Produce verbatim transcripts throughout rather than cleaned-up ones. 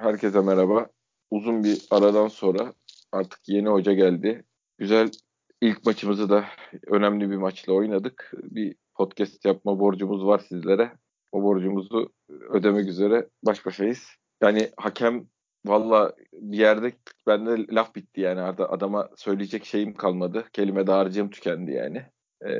Herkese merhaba. Uzun bir aradan sonra artık yeni hoca geldi. Güzel ilk maçımızı da önemli bir maçla oynadık. Bir podcast yapma borcumuz var sizlere. O borcumuzu ödemek üzere baş başayız. Yani hakem valla bir yerde bende laf bitti yani. Adama söyleyecek şeyim kalmadı. Kelime dağarcığım tükendi yani. Ee,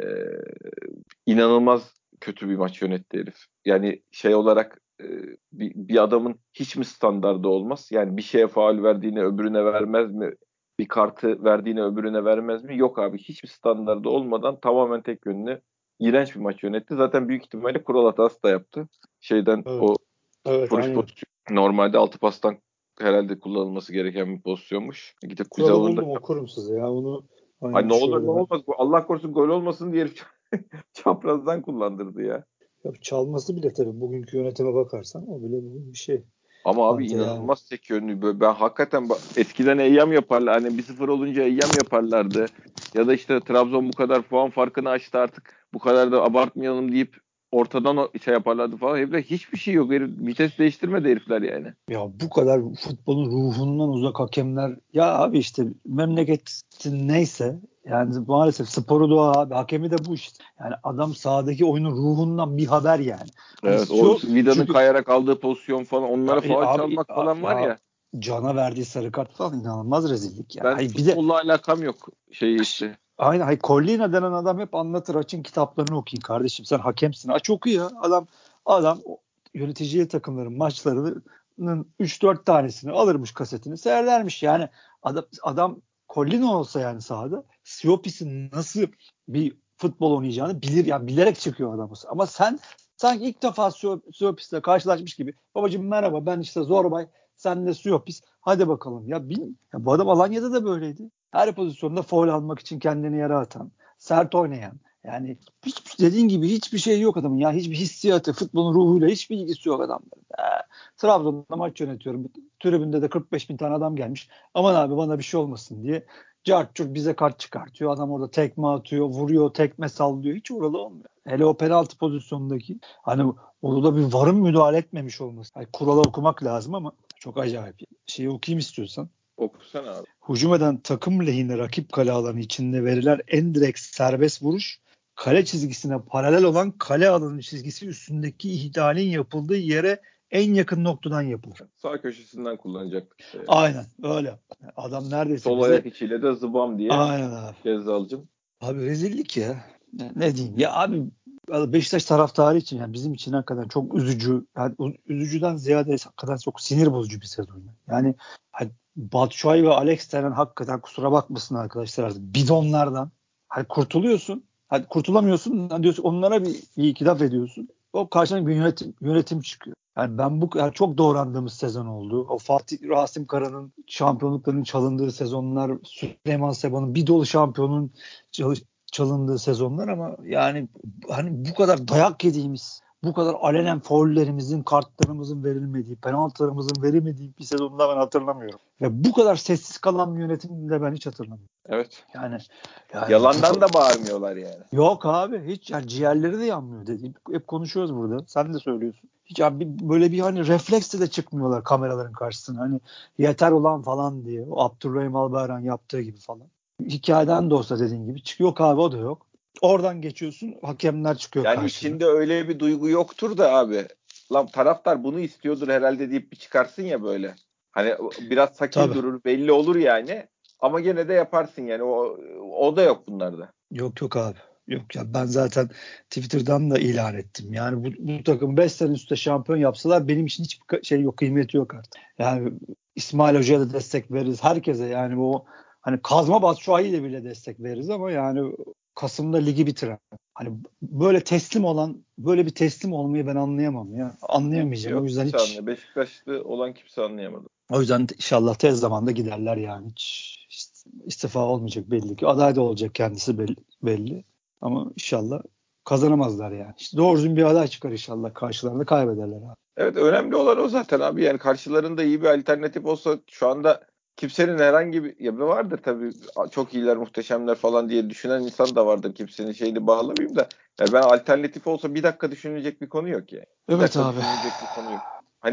inanılmaz kötü bir maç yönetti herif. Yani şey olarak e, bir, bir adamın hiç mi standardı olmaz? Yani bir şeye faul verdiğini öbürüne vermez mi? Bir kartı verdiğini öbürüne vermez mi? Yok abi. Hiçbir standardı olmadan tamamen tek yönlü iğrenç bir maç yönetti. Zaten büyük ihtimalle kural hatası da yaptı. Şeyden Evet. o Evet, vuruş aynen. pozisyonu normalde altı pastan herhalde kullanılması gereken bir pozisyonmuş. Gidip bize Kuralı onu da buldum, okurum size ya. Onu ay aynen ne olur şöyle ne ben. olmaz. Allah korusun gol olmasın diye herif çaprazdan kullandırdı ya. Ya çalması bile tabii bugünkü yönetime bakarsan o bile bir şey. Ama abi Ante yani. inanılmaz tek yönlü. Böyle ben hakikaten ba- eskiden eyyam yaparlar. Hani bir sıfır olunca eyyam yaparlardı. Ya da işte Trabzon bu kadar puan farkını açtı artık. Bu kadar da abartmayalım deyip ortadan o- şey yaparlardı falan. Herifler hiçbir şey yok. Herif, vites değiştirmedi herifler yani. Ya bu kadar futbolun ruhundan uzak hakemler, ya abi işte memleketin neyse yani maalesef sporu da o abi, hakemi de bu işte. Yani adam sahadaki oyunun ruhundan bir haber yani. Hani Evet o şu Vida'nın çünkü kayarak aldığı pozisyon falan ya, onlara e, faul abi çalmak a- falan var ya ya. Cana verdiği sarı kart falan inanılmaz rezillik ya. Ben Hayır bir de futbolla alakam yok şeyi işte. aynen, hayır, Collina denen adam hep anlatır, açın kitaplarını okuyun kardeşim, sen hakemsin, aç oku ya. Adam adam yöneticiye takımların maçlarının üç dört tanesini alırmış, kasetini seyredermiş yani. Adam, adam Collina olsa yani sahada Siopis'in nasıl bir futbol oynayacağını bilir yani, bilerek çıkıyor adam. Ama sen sanki ilk defa Siopis'le karşılaşmış gibi, babacığım merhaba ben işte Zorbay, sen de Siopis, hadi bakalım ya, bil, ya bu adam Alanya'da da böyleydi. Her pozisyonda faul almak için kendini yere atan, sert oynayan. Yani hiç, dediğin gibi hiçbir şey yok adamın. Ya hiçbir hissiyatı, futbolun ruhuyla hiçbir ilgisi yok adamların. Ee, Trabzon'da maç yönetiyorum. Tribünde de kırk beş bin tane adam gelmiş. Aman abi bana bir şey olmasın diye cart curt bize kart çıkartıyor. Adam orada tekme atıyor, vuruyor, tekme sallıyor. Hiç oralı olmuyor. Hele o penaltı pozisyondaki, hani orada bir varın müdahale etmemiş olması. Yani kuralı okumak lazım ama çok acayip. Şeyi okuyayım istiyorsan. Okusana abi. Hücum eden takım lehine rakip kale alanı içinde verilen en direkt serbest vuruş, kale çizgisine paralel olan kale alanı çizgisi üstündeki ihlalin yapıldığı yere en yakın noktadan yapılır. Sağ köşesinden kullanacaktık işte yani. Aynen öyle. Adam neredeyse Sol bize ayak içiyle de zıbam diye aynen abi. Gezzalcım. Abi rezillik ya. Ne, ne diyeyim ya abi, Beşiktaş taraftarı için yani bizim için hakikaten çok üzücü. Yani üzücüden ziyade hakikaten çok sinir bozucu bir sezon. Yani hani Batshuayi ve Alex denen, hakikaten kusura bakmasın arkadaşlar, artık bidonlardan hani kurtuluyorsun. Hadi kurtulamıyorsun. Hani diyorsun onlara bir, bir iki laf ediyorsun. O karşına bir yönetim, yönetim çıkıyor. Yani ben bu yani çok doğrandığımız sezon oldu. O Fatih Rasim Kara'nın şampiyonluklarının çalındığı sezonlar, Süleyman Seba'nın bir dolu şampiyonun çalındığı sezonlar, ama yani hani bu kadar dayak yediğimiz, bu kadar alenen faullerimizin, kartlarımızın verilmediği, penaltılarımızın verilmediği bir sezonda ben hatırlamıyorum. Ve bu kadar sessiz kalan bir yönetim de ben hiç hatırlamıyorum. Evet. Yani yani Yalandan bu, da bağırmıyorlar yani. yok abi hiç, yani ciğerleri de yanmıyor dedi. Hep konuşuyoruz burada. Sen de söylüyorsun. Hiç abi böyle bir hani refleksle de çıkmıyorlar kameraların karşısına. Hani yeter olan falan diye. O Abdurrahim Albayrak'ın yaptığı gibi falan. Hikayeden de olsa dediğin gibi çıkıyor, abi o da yok. Oradan geçiyorsun, hakemler çıkıyor Yani karşına. içinde öyle bir duygu yoktur da abi. Lan taraftar bunu istiyordur herhalde deyip bir çıkarsın ya böyle. Hani biraz sakin Tabii. durur belli olur yani. Ama gene de yaparsın yani. O, o da yok bunlarda. Yok yok abi. Yok ya, ben zaten Twitter'dan da ilan ettim. Yani bu, bu takım beş sene üstte şampiyon yapsalar benim için hiçbir şey yok, kıymeti yok artık. Yani İsmail Hoca'ya da destek veririz. Herkese yani, bu hani kazma Batshuayi'yle bile destek veririz ama yani Kasım'da ligi bitiren. Hani böyle teslim olan, böyle bir teslim olmayı ben anlayamam ya. Anlayamayacağım. O Yok yüzden kimse hiç, anlıyor. Beşiktaşlı olan kimse anlayamadı. o yüzden inşallah tez zamanda giderler yani. Hiç istifa olmayacak belli ki. Aday da olacak kendisi belli. belli. Ama inşallah kazanamazlar yani. İşte doğru düzgün bir aday çıkar inşallah. Karşılarında kaybederler abi. Evet önemli olan o zaten abi. Yani karşılarında iyi bir alternatif olsa şu anda kimsenin herhangi bir ya vardır tabii çok iyiler muhteşemler falan diye düşünen insan da vardır. Kimsenin şeyini bağlamayayım da ya ben alternatif olsa bir dakika düşünülecek bir konu yok yani. Bir Evet dakika abi. düşünülecek bir konu yok. Hani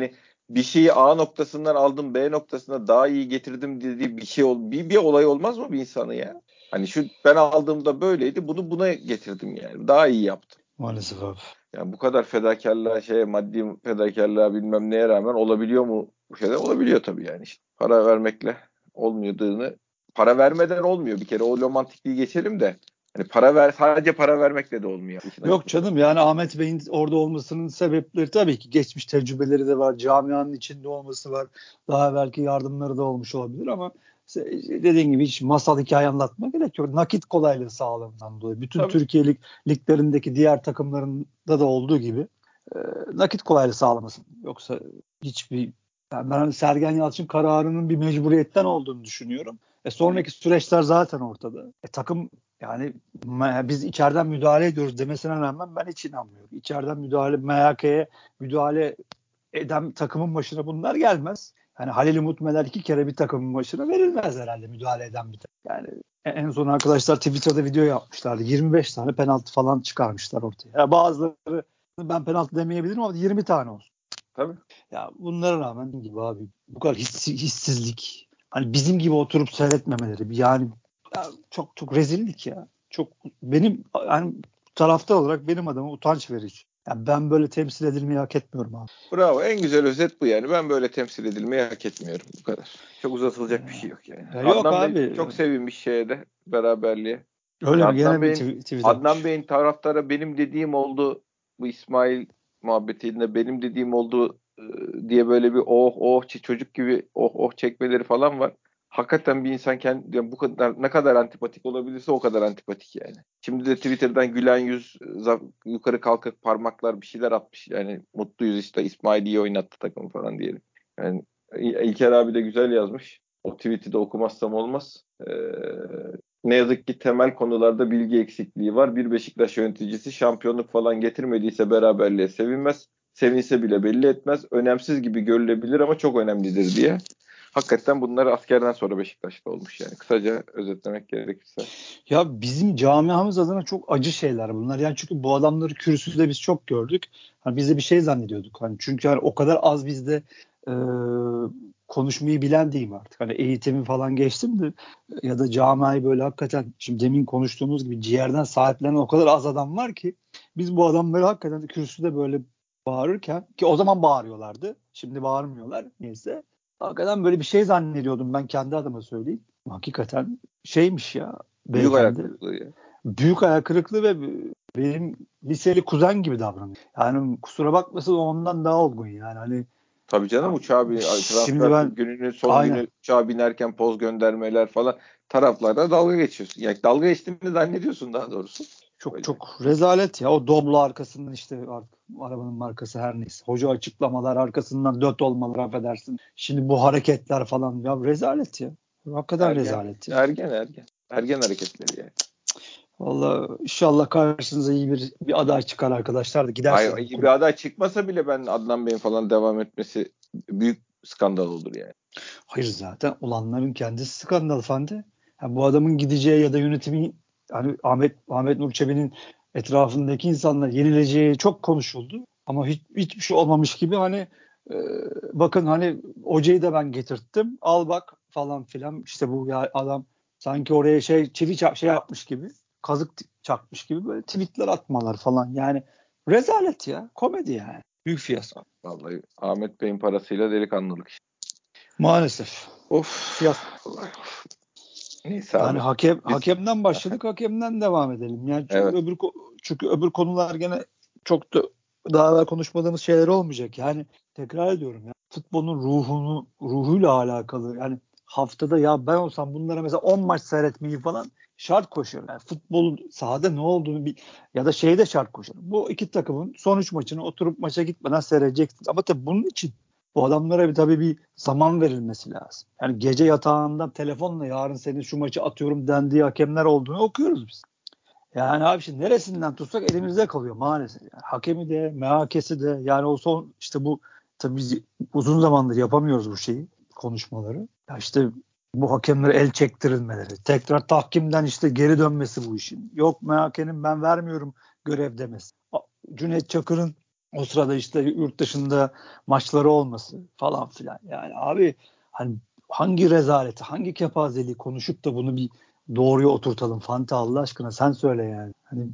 bir şeyi A noktasından aldım B noktasına daha iyi getirdim dediği bir şey ol, bir, bir olay olmaz mı bir insanın ya? Hani şu ben aldığımda böyleydi, bunu buna getirdim yani. Daha iyi yaptım. Maalesef abi. Yani bu kadar fedakarlığa, şeye, maddi fedakarlığa bilmem neye rağmen olabiliyor mu bu şeyler? Olabiliyor tabii yani. İşte para vermekle olmadığını, para vermeden olmuyor bir kere. O romantikliği geçelim de. Hani para ver, sadece para vermekle de olmuyor. Yok canım, yani Ahmet Bey'in orada olmasının sebepleri tabii ki geçmiş tecrübeleri de var. Camianın içinde olması var. Daha belki yardımları da olmuş olabilir ama dediğin gibi hiç masal hikaye anlatma gerek yok. Nakit kolaylığı sağladığından dolayı. Bütün Tabii. Türkiye Lig, liglerindeki diğer takımlarında da olduğu gibi e, nakit kolaylığı sağlamasın. Yoksa hiçbir yani ben hani Sergen Yalçın kararının bir mecburiyetten olduğunu düşünüyorum. E sonraki süreçler zaten ortada. E takım yani biz içeriden müdahale ediyoruz demesine rağmen ben hiç inanmıyorum. İçeriden müdahale, M H K'ye müdahale eden takımın başına bunlar gelmez. Yani Halil Umut Meler iki kere bir takımın başına verilmez herhalde müdahale eden bir takım. Yani en son arkadaşlar Twitter'da video yapmışlardı. yirmi beş tane penaltı falan çıkarmışlar ortaya. Yani bazıları ben penaltı demeyebilirim ama yirmi tane olsun. Tabii. Ya bunlara rağmen gibi abi bu kadar hiss, hissizlik. Hani bizim gibi oturup seyretmemeleri. Yani ya çok çok rezillik ya. Çok benim yani taraftar olarak benim adıma utanç verici. Yani ben böyle temsil edilmeyi hak etmiyorum abi. Bravo. En güzel özet bu yani. Ben böyle temsil edilmeyi hak etmiyorum. Bu kadar. Çok uzatılacak bir şey yok yani. Ya yok Adnan Bey abi. çok sevinmiş şeye de, beraberliğe. Öyle Ya mi? Adnan Gene bir Bey'in tweet, tweet Adnan atmış. Bey'in taraftara benim dediğim oldu, bu İsmail muhabbetinde benim dediğim oldu e, diye böyle bir oh oh çocuk gibi oh oh çekmeleri falan var. Hakikaten bir insan kendi yani bu kadar ne kadar antipatik olabilirse o kadar antipatik yani. Şimdi de Twitter'dan gülen yüz, yukarı kalkık parmaklar bir şeyler atmış. Yani mutluyuz işte, İsmail iyi oynattı takımı falan diyelim. Yani İlker abi de güzel yazmış. O tweet'i de okumazsam olmaz. Ee, ne yazık ki temel konularda bilgi eksikliği var. Bir Beşiktaş yöneticisi şampiyonluk falan getirmediyse beraberliğe sevinmez. Sevinse bile belli etmez. Önemsiz gibi görülebilir ama çok önemlidir diye. Hakikaten bunlar askerden sonra Beşiktaş'ta olmuş yani. Kısaca özetlemek gerekirse. Ya bizim camiamız adına çok acı şeyler bunlar. Yani çünkü bu adamları kürsüde biz çok gördük. Hani biz de bir şey zannediyorduk. Hani çünkü hani o kadar az bizde e, konuşmayı bilen diyeyim artık. Hani eğitimi falan geçtim de ya da camiayı böyle hakikaten şimdi demin konuştuğumuz gibi ciğerden sahiplenen o kadar az adam var ki biz bu adamları hakikaten kürsüde böyle bağırırken ki o zaman bağırıyorlardı. Şimdi bağırmıyorlar neyse. Hakikaten böyle bir şey zannediyordum ben kendi adıma söyleyeyim. Hakikaten şeymiş ya Büyük ayak beyefendi. kırıklığı ya. Büyük ayak kırıklığı ve benim liseli kuzen gibi davranıyor. Yani kusura bakmasın ondan daha olgun yani. Hani Tabii canım, uçağa bin, şimdi transfer ben gününün son aynen günü uçağa binerken poz göndermeler falan, taraflarda dalga geçiyorsun. Yani dalga geçtiğini zannediyorsun daha doğrusu. çok Öyle. çok rezalet ya. O Doblo arkasından işte artık arabanın markası her neyse. Hoca açıklamalar arkasından dört olmalar affedersin. Şimdi bu hareketler falan ya rezalet ya. Hakikaten Ergen, rezalet ya. ergen, ergen. Ergen hareketleri yani. Vallahi inşallah karşınıza iyi bir, bir aday çıkar arkadaşlar da Hayır, gidersiniz bu iyi bir kulüp. aday çıkmasa bile ben Adnan Bey'in falan devam etmesi büyük skandal olur yani. Hayır zaten olanların kendisi skandal efendi. Yani bu adamın gideceği ya da yönetimin hani Ahmet Ahmet Nur Çebi'nin etrafındaki insanlar yenileceği çok konuşuldu. Ama hiç, hiçbir şey olmamış gibi hani e, bakın hani hocayı da ben getirttim. Al bak falan filan. İşte bu ya adam sanki oraya şey çivi ça- şey yapmış gibi, kazık çakmış gibi böyle tweetler atmalar falan. Yani rezalet ya. Komedi yani. Büyük fiyasko. Vallahi Ahmet Bey'in parasıyla delikanlılık işte. Maalesef. Of. Fiyasko. Neyse Yani abi. hakem Biz hakemden başladık, hakemden devam edelim. Yani çünkü evet. öbür çünkü öbür konular gene çok da daha evvel konuşmadığımız şeyler olmayacak. Yani tekrar ediyorum ya. Futbolun ruhunu ruhuyla alakalı. Yani haftada ya ben olsam bunlara mesela on maç seyretmeyi falan şart koşuyorum. Yani futbolun sahada ne olduğunu bir ya da şeyde şart koşuyorum. Bu iki takımın son üç maçını oturup maça gitmeden seyredeceksiniz. Ama tabii bunun için bu adamlara bir tabii bir zaman verilmesi lazım. Yani gece yatağından telefonla yarın senin şu maçı atıyorum dendiği hakemler olduğunu okuyoruz biz. Yani abi şimdi neresinden tutsak elimizde kalıyor maalesef. Yani hakemi de, M H K'si de yani o son işte bu tabii biz uzun zamandır yapamıyoruz bu şeyi, konuşmaları. Ya işte bu hakemlere el çektirilmeleri, tekrar tahkimden işte geri dönmesi bu işin. Yok M H K'nin ben vermiyorum görev demesi. Cüneyt Çakır'ın O sırada işte yurt dışında maçları olması falan filan. Yani abi hani hangi rezaleti, hangi kepazeliği konuşup da bunu bir doğruya oturtalım Fante, Allah aşkına sen söyle yani. Hani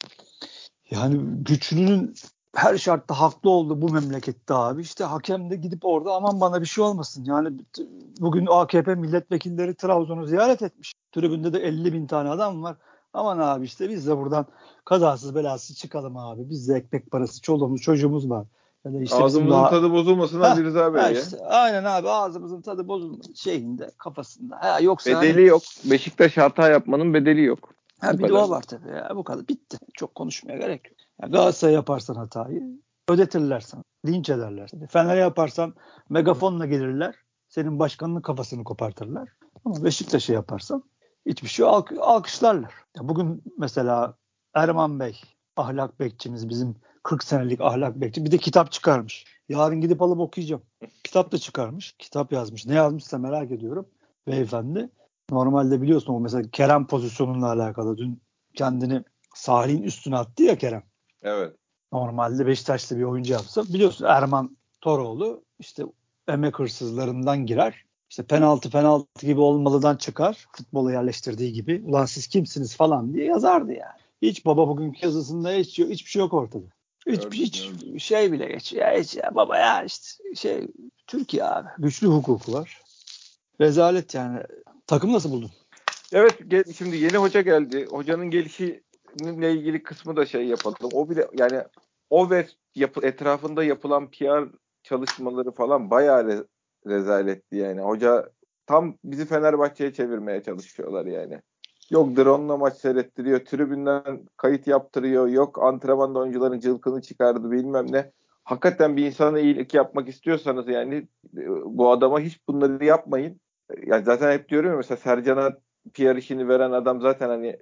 yani güçlünün her şartta haklı oldu bu memlekette abi. İşte hakem de gidip orada aman bana bir şey olmasın. Yani bugün A K P milletvekilleri Trabzon'u ziyaret etmiş. Tribünde de elli bin tane adam var. Aman abi işte biz de buradan kazasız belasız çıkalım abi. Biz de ekmek parası, çoluğumuz çocuğumuz var. Ya da işte bizim Ağzımızın daha... tadı bozulmasın Ha, Ali Rıza Bey ha ya. işte, aynen abi, ağzımızın tadı bozulmasın şeyinde, kafasında. Ha, yoksa hani Bedeli yok. Beşiktaş hata yapmanın bedeli yok. ha, Bu bir de kadar. o var tabii ya. Bu kadar. Bitti. Çok konuşmaya gerek yok. Ya Galatasaray yaparsan hatayı ödetirler sana. Linç ederler seni. Fener'e yaparsan megafonla gelirler. Senin başkanının kafasını kopartırlar. Ama Beşiktaş'a yaparsan hiçbir şey alk- alkışlarlar. Ya bugün mesela Erman Bey, ahlak bekçimiz, bizim kırk senelik ahlak bekçi, bir de kitap çıkarmış. Yarın gidip alıp okuyacağım. Kitap da çıkarmış. Kitap yazmış. Ne yazmışsa merak ediyorum beyefendi. Normalde biliyorsun o mesela Kerem pozisyonunla alakalı dün kendini Salih'in üstüne attı ya Kerem. Evet. Normalde Beşiktaşlı bir oyuncu yapsa biliyorsun Erman Toroğlu işte emek hırsızlarından girer. İşte penaltı penaltı gibi olmalıdan çıkar. Futbola yerleştirdiği gibi. Ulan siz kimsiniz falan diye yazardı yani. Hiç baba bugünkü yazısında hiç, hiçbir şey yok ortada. Hiç, Gördüm, hiç gördüm. şey bile geç. Ya hiç ya baba ya işte şey Türkiye abi. Güçlü hukuku var. Rezalet yani. Takım nasıl buldun? Evet, gel- şimdi yeni hoca geldi. Hocanın gelişiyle ilgili kısmı da şey yapalım. O bile yani o ve yapı, etrafında yapılan P R çalışmaları falan bayağı re, rezaletti yani. Hoca tam bizi Fenerbahçe'ye çevirmeye çalışıyorlar yani. Yok drone'la maç seyrettiriyor, tribünden kayıt yaptırıyor, yok antrenmanda oyuncuların cılkını çıkardı bilmem ne. Hakikaten bir insana iyilik yapmak istiyorsanız yani bu adama hiç bunları yapmayın. Yani zaten hep diyorum ya mesela Sercan'a P R işini veren adam zaten hani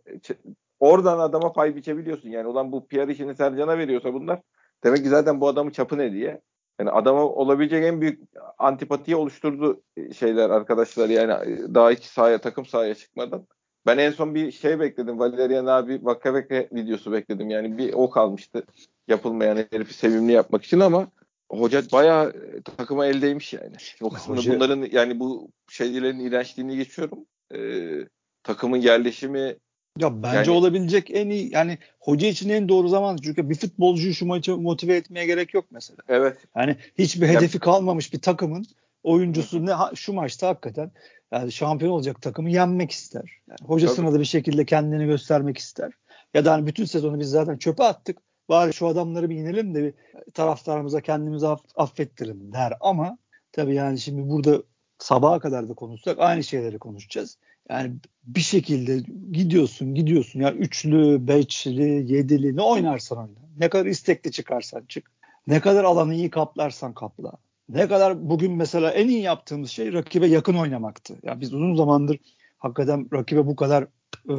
oradan adama pay biçebiliyorsun. Yani ulan bu P R işini Sercan'a veriyorsa bunlar demek ki zaten bu adamın çapı ne diye. Yani adama olabilecek en büyük antipatiyi oluşturdu şeyler arkadaşlar yani daha hiç sahaya takım sahaya çıkmadan. Ben en son bir şey bekledim. Valerian abi Vaka Vaka videosu bekledim. Yani bir o kalmıştı yapılmayan herifi sevimli yapmak için ama hoca bayağı takıma eldeymiş yani. O kısmını Hoca bunların yani bu şeylerin iğrençliğini geçiyorum. Ee, takımın yerleşimi Ya bence yani olabilecek en iyi, yani hoca için en doğru zaman, çünkü bir futbolcuyu şu maça motive etmeye gerek yok mesela. evet. Yani hiçbir Ya, hedefi kalmamış bir takımın hı hı, oyuncusu ne ha- şu maçta hakikaten yani şampiyon olacak takımı yenmek ister. Yani tabii. hocasına da bir şekilde kendini göstermek ister. Ya da hani bütün sezonu biz zaten çöpe attık. Bari şu adamları bir inelim de bir taraftarımıza kendimizi aff- affettirelim der. Ama tabii yani şimdi burada sabaha kadar da konuşsak aynı şeyleri konuşacağız. Yani bir şekilde gidiyorsun gidiyorsun ya, üçlü, beşli, yedili ne oynarsan oyna. Ne kadar istekli çıkarsan çık. Ne kadar alanı iyi kaplarsan kapla. Ne kadar bugün mesela en iyi yaptığımız şey rakibe yakın oynamaktı. Ya biz uzun zamandır hakikaten rakibe bu kadar e,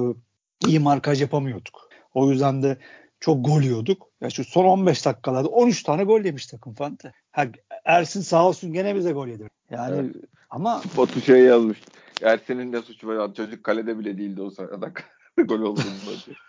iyi markaj yapamıyorduk. O yüzden de çok gol yiyorduk. Ya şu son on beş dakikalarda on üç tane gol yemiş takım Fante. Ha, Ersin sağ olsun gene bize gol yedirdi. Evet. Yani ama Batu şey yazmış. Ersin'in ne suçu var? Çocuk kalede bile değildi o sırada. Gol olduğunda diye.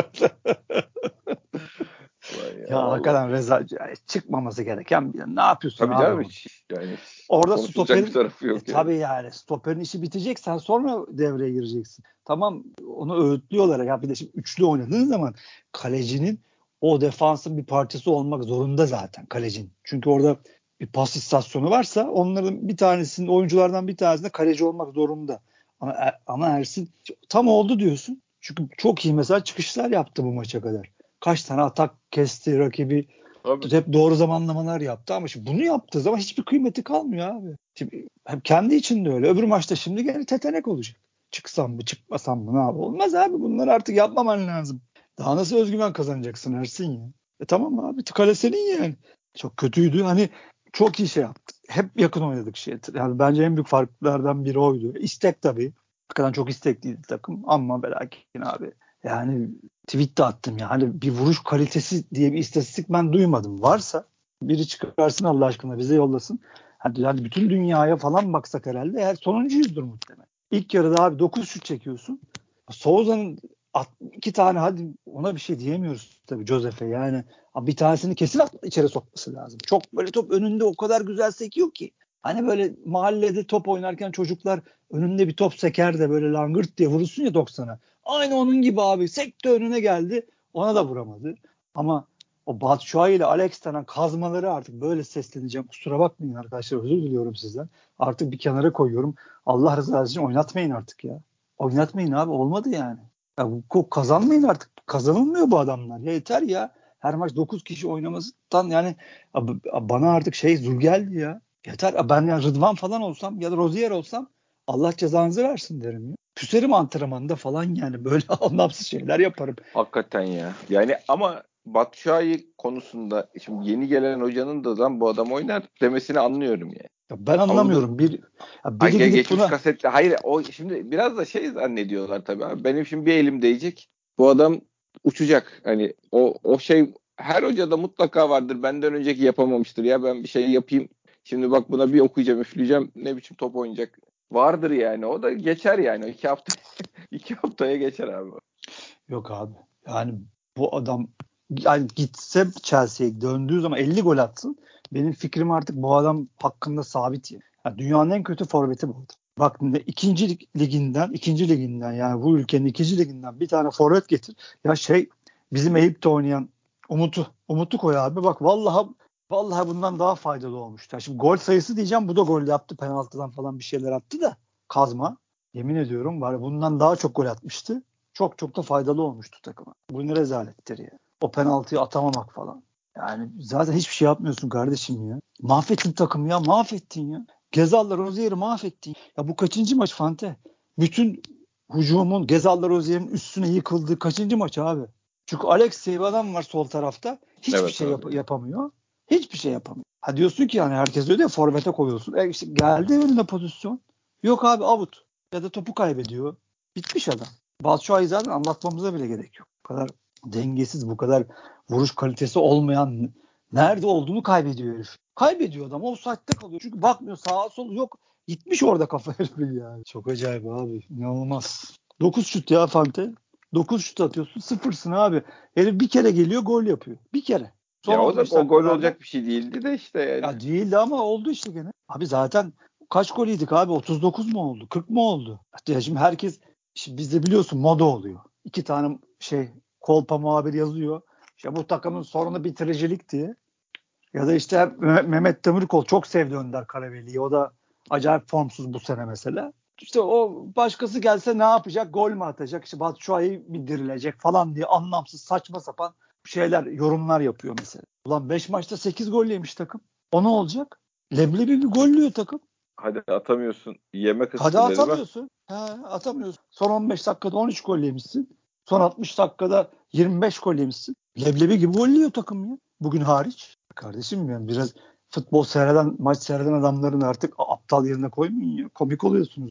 Ulan ya ya vallahi. hakikaten Reza yani çıkmaması gereken bir, ne yapıyorsun Tabii abi canım orada? hiç, yani hiç Orada konuşulacak bir stoperin tarafı e, yok yani. tabii yani stoperin işi bitecek, sen sonra devreye gireceksin. Tamam, onu öğütlüyorlar ya, bir de şimdi üçlü oynadığın zaman kalecinin o defansın bir parçası olmak zorunda zaten kalecinin. Çünkü orada bir pas istasyonu varsa onların bir tanesinin, oyunculardan bir tanesinde kaleci olmak zorunda. Ama, Er- ama Ersin tam oldu diyorsun. Çünkü çok iyi mesela çıkışlar yaptı bu maça kadar. Kaç tane atak kesti rakibi, Tabii. hep doğru zamanlamalar yaptı ama şimdi bunu yaptığı zaman hiçbir kıymeti kalmıyor abi. Şimdi hem kendi içinde öyle. Öbür maçta şimdi gene tetenek olacak. Çıksam mı çıkmasam mı ne abi? Olmaz abi, bunları artık yapmaman lazım. Daha nasıl özgüven kazanacaksın Ersin ya? E tamam abi, kale senin yani. Çok kötüydü. Hani çok iyi şey yaptı. Hep yakın oynadık şey. Yani bence en büyük farklardan biri oydu. İstek tabii. Hakikaten çok istekliydi takım ama belakin abi. Yani tweet de attım ya. Hani bir vuruş kalitesi diye bir istatistik ben duymadım. Varsa biri çıkarsın Allah aşkına, bize yollasın. Hadi yani bütün dünyaya falan baksak herhalde eğer sonuncuyuzdur muhtemelen. İlk yarıda abi dokuz şut çekiyorsun. Souza'nın at, iki tane hadi ona bir şey diyemiyoruz tabii Josef'e yani. Bir tanesini kesin at, içeri sokması lazım. Çok böyle top önünde o kadar güzel sekiyor ki. Hani böyle mahallede top oynarken çocuklar önünde bir top seker de böyle langırt diye vurursun ya doksana. Aynı onun gibi abi. Sekti önüne geldi. Ona da vuramadı. Ama o Batshuayi ile Alex denen kazmaları artık böyle sesleneceğim. Kusura bakmayın arkadaşlar, özür diliyorum sizden. Artık bir kenara koyuyorum. Allah rızası için oynatmayın artık ya. Oynatmayın abi, olmadı yani. Ya bu kazanmayın artık. Kazanılmıyor bu adamlar. Ya yeter ya. Her maç dokuz kişi oynamasından yani bana artık şey zul geldi ya. Yeter. Ben ya Rıdvan falan olsam ya da Rozier olsam Allah cezanızı versin derim ya. Küserim antrenmanda falan yani. Böyle anlamsız şeyler yaparım. Hakikaten ya. Yani ama Batshuayi konusunda şimdi yeni gelen hocanın da lan bu adam oynar demesini anlıyorum yani. Ya ben anlamıyorum. Bir ya biri Hangi gidip geçmiş buna kasetle hayır o şimdi biraz da şey zannediyorlar tabii abi. Benim şimdi bir elim değecek. Bu adam uçacak. Hani o o şey her hocada mutlaka vardır. Benden önceki yapamamıştır ya. Ben bir şey yapayım. Şimdi bak buna bir okuyacağım, üfleyeceğim. Ne biçim top oynayacak. Vardır yani. O da geçer yani. İki hafta iki haftaya geçer abi. yok abi. Yani bu adam yani gitse Chelsea'ye döndüğü zaman elli gol atsın. Benim fikrim artık bu adam hakkında sabit ya. Yani dünyanın en kötü forveti bu adam. Bak ne, ikinci liginden, ikinci liginden yani bu ülkenin ikinci liginden bir tane forvet getir. Ya şey bizim Eyüp'te oynayan Umut'u, Umut'u koy abi. Bak vallahi vallahi bundan daha faydalı olmuştu. Yani şimdi gol sayısı diyeceğim, bu da gol yaptı. Penaltıdan falan bir şeyler attı da kazma. Yemin ediyorum var bundan daha çok gol atmıştı. Çok çok da faydalı olmuştu takıma. Bu ne rezalettir ya. O penaltıyı atamamak falan. Yani zaten hiçbir şey yapmıyorsun kardeşim ya. Mahvettin takımı ya, mahvettin ya. Gezal'la Rozier'i mahvettin. Ya bu kaçıncı maç Fante? Bütün hücumun Gezal'la Rozier'in üstüne yıkıldığı kaçıncı maç abi? Çünkü Alex diye bir adam var sol tarafta. Hiçbir Evet şey yap- abi. yapamıyor. Hiçbir şey yapamıyor. Ha diyorsun ki yani herkes öyle ya, forvete koyuyorsun. E işte geldi önüne pozisyon. Yok abi, out. Ya da topu kaybediyor. Bitmiş adam. Batshuayi zaten anlatmamıza bile gerek yok. Bu kadar dengesiz, bu kadar vuruş kalitesi olmayan, nerede olduğunu kaybediyor herif. Kaybediyor adam. O saatte kalıyor. Çünkü bakmıyor sağa sola, yok. Gitmiş orada kafa herifin yani. Çok acayip abi. İnanılmaz. dokuz şut ya Fante. dokuz şut atıyorsun. Sıfırsın abi. Herif bir kere geliyor gol yapıyor. Bir kere. Son Ya o on da beş o gol dakikalarda. olacak bir şey değildi de işte yani. Ya değildi ama oldu işte gene. Abi zaten kaç gol yedik abi? otuz dokuz mu oldu? kırk mı oldu? Ya şimdi herkes, şimdi bizde biliyorsun moda oluyor. İki tane şey kolpa muhabir yazıyor. İşte bu takımın sorunu bitiricilik diye. Ya da işte Mehmet Demirkol çok sevdi Önder Karaveli'yi. O da acayip formsuz bu sene mesela. İşte o başkası gelse ne yapacak? Gol mü atacak? İşte Batshuayi mi dirilecek falan diye anlamsız saçma sapan şeyler, yorumlar yapıyor mesela. Ulan beş maçta sekiz gol yemiş takım. O ne olacak? Leblebi bir gollüyor takım. Hadi atamıyorsun. Yeme Hadi kısıtları var. atamıyorsun. He, atamıyorsun. Son on beş dakikada on üç gol yemişsin. Son altmış dakikada yirmi beş gol yemişsin. Leblebi gibi gollüyor takım ya. Bugün hariç. Kardeşim yani biraz futbol seyreden, maç seyreden adamların artık aptal yerine koymayın ya. Komik oluyorsunuz.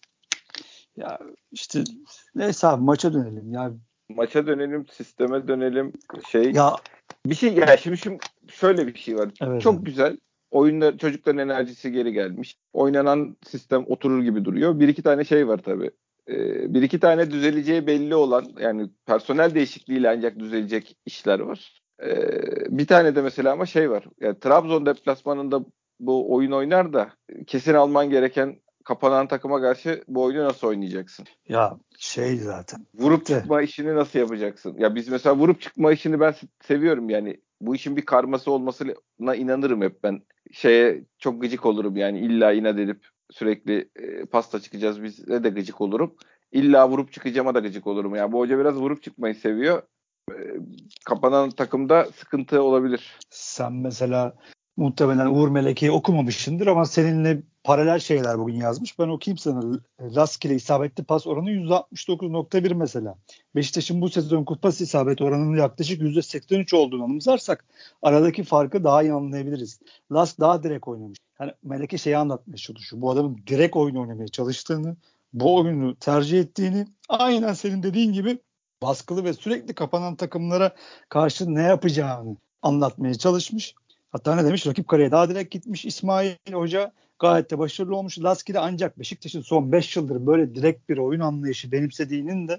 Ya işte neyse abi, maça dönelim. Ya Maça dönelim, sisteme dönelim. Şey ya bir şey ya şimdi, şimdi şöyle bir şey var. evet Çok abi. güzel. Oyunda çocukların enerjisi geri gelmiş. Oynanan sistem oturur gibi duruyor. Bir iki tane şey var tabii. Ee, bir iki tane düzeleceği belli olan, yani personel değişikliğiyle ancak düzelecek işler var. Ee, bir tane de mesela ama şey var. Yani Trabzon deplasmanında bu oyun oynar da kesin alman gereken, kapanan takıma karşı bu oyunu nasıl oynayacaksın? Ya şey zaten. Vurup Fatih. çıkma işini nasıl yapacaksın? Ya biz mesela vurup çıkma işini ben seviyorum yani. Bu işin bir karması olmasına inanırım hep ben. Şeye çok gıcık olurum yani, illa inat edip sürekli e, pasta çıkacağız bize de gıcık olurum. İlla vurup çıkacağıma da gıcık olurum. Yani bu hoca biraz vurup çıkmayı seviyor. E, kapanan takımda sıkıntı olabilir. Sen mesela muhtemelen Uğur Meleke'yi okumamışsındır ama seninle paralel şeyler bugün yazmış. Ben okuyayım sana. Rastgele isabetli pas oranı yüzde altmış dokuz nokta bir mesela. Beşiktaş'ın bu sezon pas isabet oranının yaklaşık yüzde seksen üç olduğunu anımsarsak aradaki farkı daha iyi anlayabiliriz. Lask daha direkt oynamış. Yani Meleke şeyi anlatmaya çalışıyor. Bu adamın direkt oyun oynamaya çalıştığını, bu oyunu tercih ettiğini, aynen senin dediğin gibi baskılı ve sürekli kapanan takımlara karşı ne yapacağını anlatmaya çalışmış. Hatta ne demiş? Rakip kaleye daha direkt gitmiş İsmail Hoca. Gayet de başarılı olmuş. Laski'de ancak Beşiktaş'ın son beş yıldır böyle direkt bir oyun anlayışı benimsediğinin de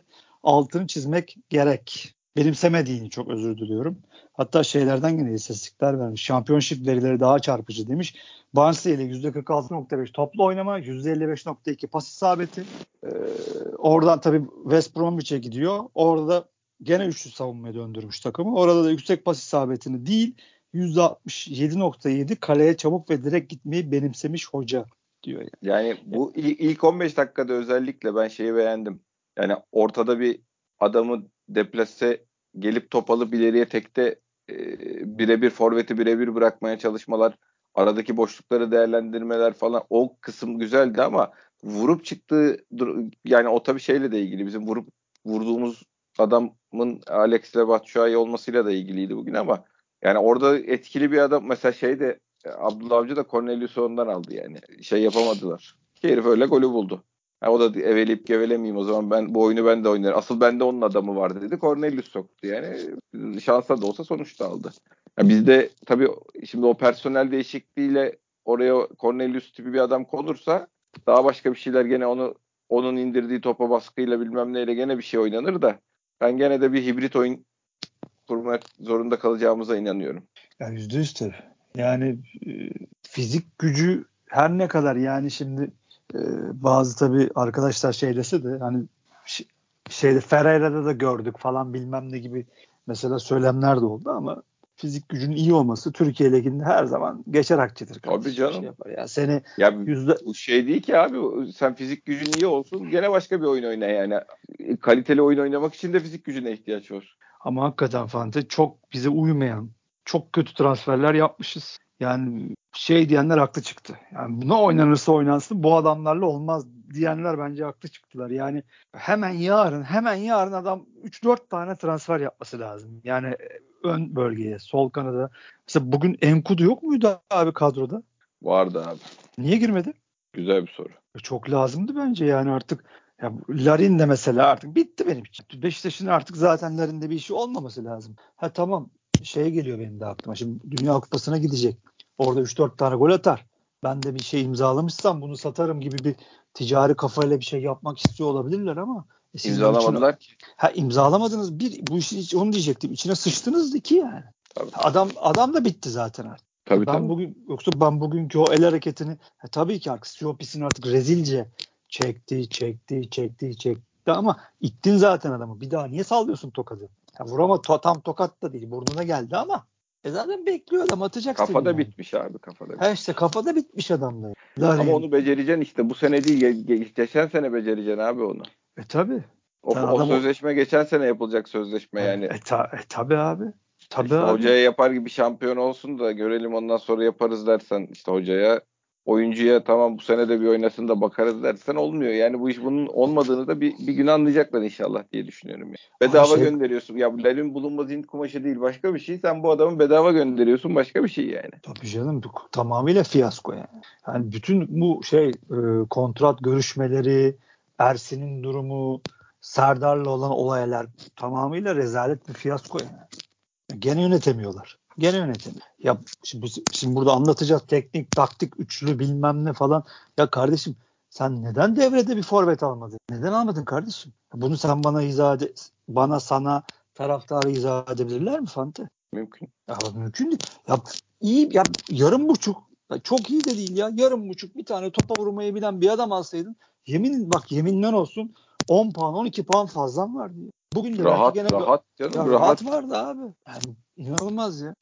altını çizmek gerek. Benimsemediğini çok özür diliyorum. Hatta şeylerden yine istatistikler vermiş. Championship verileri daha çarpıcı demiş. Barnsley ile yüzde kırk altı nokta beş toplu oynama, yüzde elli beş nokta iki pas isabeti. Ee, oradan tabii West Bromwich'e gidiyor. Orada da gene üçlü savunmaya döndürmüş takımı. Orada da yüksek pas isabetini değil, yüzde altmış yedi nokta yedi kaleye çabuk ve direkt gitmeyi benimsemiş hoca diyor yani. Yani bu ilk on beş dakikada özellikle ben şeyi beğendim. Yani ortada bir adamı deplase gelip top alıp ileriye tekte e, birebir forveti birebir bırakmaya çalışmalar, aradaki boşlukları değerlendirmeler falan, o kısım güzeldi ama vurup çıktığı yani o tabii şeyle de ilgili, bizim vurup vurduğumuz adamın Alex Batshuayi olmasıyla da ilgiliydi bugün ama yani orada etkili bir adam mesela şey de Abdullah Avcı da Cornelius'u ondan aldı yani. Şey yapamadılar. Herif öyle golü buldu. Ha, o da eveleyip gevelemeyeyim o zaman, ben bu oyunu ben de oynarım. Asıl bende onun adamı vardı dedi. Cornelius soktu yani. Şansa da olsa sonuçta aldı. Ya bizde tabii şimdi o personel değişikliğiyle oraya Cornelius tipi bir adam konursa daha başka bir şeyler, gene onu onun indirdiği topa baskıyla bilmem neyle gene bir şey oynanır da ben gene de bir hibrit oyun kurmak zorunda kalacağımıza inanıyorum. Ya yüzde yüz tabii. Yani e, fizik gücü her ne kadar yani şimdi e, bazı tabii arkadaşlar şey dese de hani ş- şeyde Ferreira'da da gördük falan bilmem ne gibi mesela söylemler de oldu ama fizik gücünün iyi olması Türkiye Ligi'nde her zaman geçer akçedir Abi kardeşim. Şey canım. yapar. Ya seni Ya yüzde bu şey değil ki abi, sen fizik gücün iyi olsun gene başka bir oyun oyna yani. Kaliteli oyun oynamak için de fizik gücüne ihtiyaç var. ama hakikaten Fante çok bize uymayan çok kötü transferler yapmışız. Yani şey diyenler haklı çıktı. Yani buna oynanırsa oynansın bu adamlarla olmaz diyenler bence haklı çıktılar. Yani hemen yarın hemen yarın adam üç dört tane transfer yapması lazım. Yani ön bölgeye, sol kanada. Mesela bugün Enkudu yok muydu abi kadroda? Vardı abi. Niye girmedi? Güzel bir soru. Çok lazımdı bence yani artık. Ya Larin de mesela artık bitti benim için. Beşiktaş'ın artık zaten Larin'de bir işi olmaması lazım. Ha tamam, şeye geliyor benim de aklıma. Şimdi Dünya Kupası'na gidecek. Orada üç dört tane gol atar. Ben de bir şey imzalamışsam bunu satarım gibi bir ticari kafayla bir şey yapmak istiyor olabilirler ama e siz bu için İmzalamadılar ki. ha imzalamadınız, bir bu işin iç- onu diyecektim. İçine sıçtınız iki yani. Tabii. Adam adam da bitti zaten artık. Tabii Ben tabii. bugün yoksa ben bugünkü o el hareketini e, tabii ki artık Siopis'in artık rezilce çekti, çekti, çekti, çekti ama ittin zaten adamı. Bir daha niye sallıyorsun tokadı? Ya vurama to- tam tokat da değil. Burnuna geldi ama e zaten bekliyor adam, atacak seni Kafada yani. bitmiş abi, kafada Ha bitmiş. işte kafada bitmiş adamda. Ama Larin. onu becereceksin işte, bu sene değil ge- ge- geçen sene becereceksin abi onu. E tabii. O, Sen o adam o sözleşme geçen sene yapılacak sözleşme e, yani. e, ta, e tabii abi. Tabii İşte abi. hocaya yapar gibi şampiyon olsun da görelim ondan sonra yaparız dersen, işte hocaya, oyuncuya tamam bu sene de bir oynasın da bakarız dersen olmuyor. Yani bu iş bunun olmadığını da bir, bir gün anlayacaklar inşallah diye düşünüyorum. Yani. Abi Bedava şey gönderiyorsun. Ya bu Lerin bulunmaz Hint kumaşı değil, başka bir şey. Sen bu adamı bedava gönderiyorsun, başka bir şey yani. tabii canım, bu tamamıyla fiyasko yani. Yani bütün bu şey e, kontrat görüşmeleri, Ersin'in durumu, Serdar'la olan olaylar tamamıyla rezalet bir fiyasko yani. Gene yönetemiyorlar. Gene yönetemiyor. Ya şimdi, şimdi burada anlatacağız teknik, taktik, üçlü bilmem ne falan. Ya kardeşim sen neden devrede bir forvet almadın? Neden almadın kardeşim? Bunu sen bana izah et, bana sana taraftarı izah edebilirler mi Fante? Mümkün. Ya mümkün değil. Ya iyi ya yarım buçuk. Ya çok iyi de değil ya. Yarım buçuk bir tane topa vurmayı bilen bir adam alsaydın, yemin bak yeminler olsun, on puan on iki puan fazlan vardı ya. Bugün de belki Rahat gene bir, rahat canım, ya rahat. rahat vardı abi. Yani inanılmaz ya.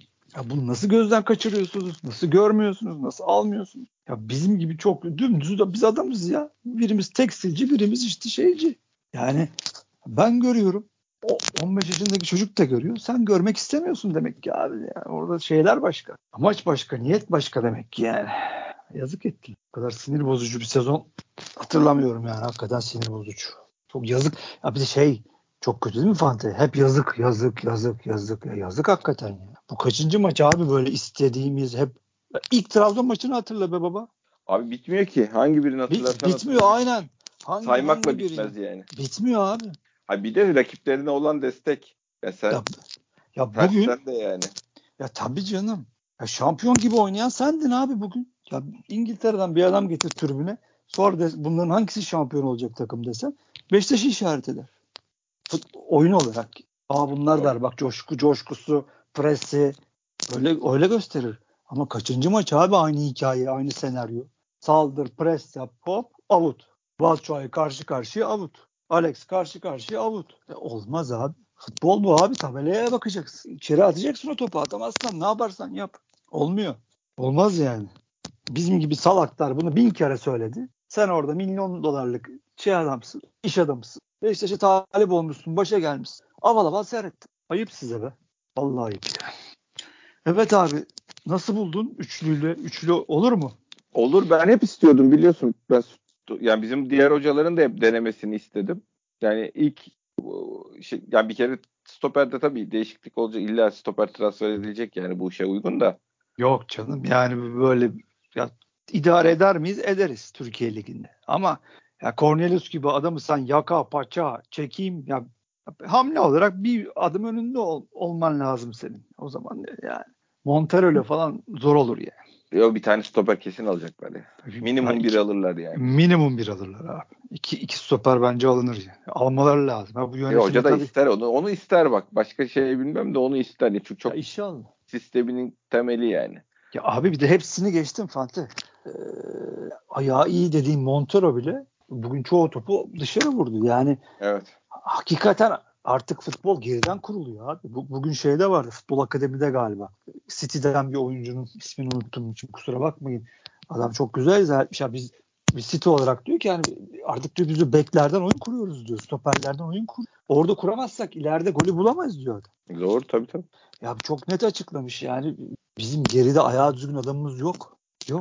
Ya bunu nasıl gözden kaçırıyorsunuz? Nasıl görmüyorsunuz? Nasıl almıyorsunuz? Ya bizim gibi çok dümdüz de biz adamız ya. Birimiz tekstilci, birimiz işte şeyci. Yani ben görüyorum. O on beş yaşındaki çocuk da görüyor. Sen görmek istemiyorsun demek ki abi. Yani orada şeyler başka. Amaç başka, niyet başka demek ki yani. Yazık ettim. Bu kadar sinir bozucu bir sezon hatırlamıyorum yani. Hakikaten sinir bozucu. Çok yazık. Ya bir de şey çok kötü değil mi Fante? Hep yazık, yazık, yazık, yazık. Ya yazık hakikaten ya. Bu kaçıncı maç abi böyle istediğimiz hep. İlk Trabzon maçını hatırla be baba. Abi bitmiyor ki. Hangi birini Bit, hatırlarsan bitmiyor hatırla. aynen. Hangi Saymakla hangi birini? bitmez yani. Bitmiyor abi. Ha bir de rakiplerine olan destek. Ya Ya, sen ya bugün tersten de yani. ya tabii canım. Ya şampiyon gibi oynayan sendin abi bugün. Ya İngiltere'den bir adam getir tribüne. Sonra de, bunların hangisi şampiyon olacak takım desen Beşiktaş'ı işaret eder. fut- oyun olarak. Aa bunlar der bak coşku coşkusu, presi öyle öyle gösterir. Ama kaçıncı maç abi aynı hikaye, aynı senaryo. Saldır, pres yap, hop, out. Batshuayi karşı karşıya out. Alex karşı karşıya out. E, olmaz abi. Futbol bu abi. Tabelaya bakacaksın. İçeri atacaksın o topu. Atamazsan ne yaparsan yap. Olmuyor. Olmaz yani. Bizim gibi salaklar bunu bin kere söyledi. Sen orada milyon dolarlık şey adamsın, iş adamısın. Beşiktaş'a talip olmuşsun, başa gelmişsin. Aval aval seyrettin. Ayıp size be. Vallahi ayıp ya. Evet abi. Nasıl buldun? Üçlüyle, üçlü olur mu? Olur, ben hep istiyordum biliyorsun. Ben yani bizim diğer hocaların da hep denemesini istedim. Yani ilk şey, yani bir kere stoperde tabii değişiklik olacak. İlla stoper transfer edilecek yani bu işe uygun da. Yok canım yani böyle ya, idare eder miyiz? Ederiz Türkiye Ligi'nde. Ama ya Cornelius gibi adamı sen yaka paça çekeyim ya hamle olarak bir adım önünde ol, olman lazım senin. O zaman yani Montero'yla falan zor olur yani. Yok, bir tane stoper kesin alacaklar ya. Ha, Minimum bir iki, alırlar yani. minimum bir alırlar abi. İki, iki stoper bence alınır yani. Almaları lazım. Ha, bu Ya hoca yönetimi da tabii. ister onu. Onu ister bak. Başka şey bilmem de onu ister. Yani çünkü Ya çok inşallah. sisteminin temeli yani. Ya abi bir de hepsini geçtim Fatih. Ee, ayağı iyi dediğim Montero bile bugün çoğu topu dışarı vurdu. Yani Evet. hakikaten artık futbol geriden kuruluyor abi. Bu, bugün şeyde vardı Futbol Akademi'de galiba. City'den bir oyuncunun ismini unuttuğum için kusura bakmayın. Adam çok güzel izah etmiş. Ya biz bir City olarak diyor ki yani artık diyor biz de beklerden oyun kuruyoruz diyor. Stoperlerden oyun kur. Orada kuramazsak ileride golü bulamayız diyor adam. Doğru, tabii tabii. Ya çok net açıklamış yani bizim geride ayağı düzgün adamımız yok. Yok.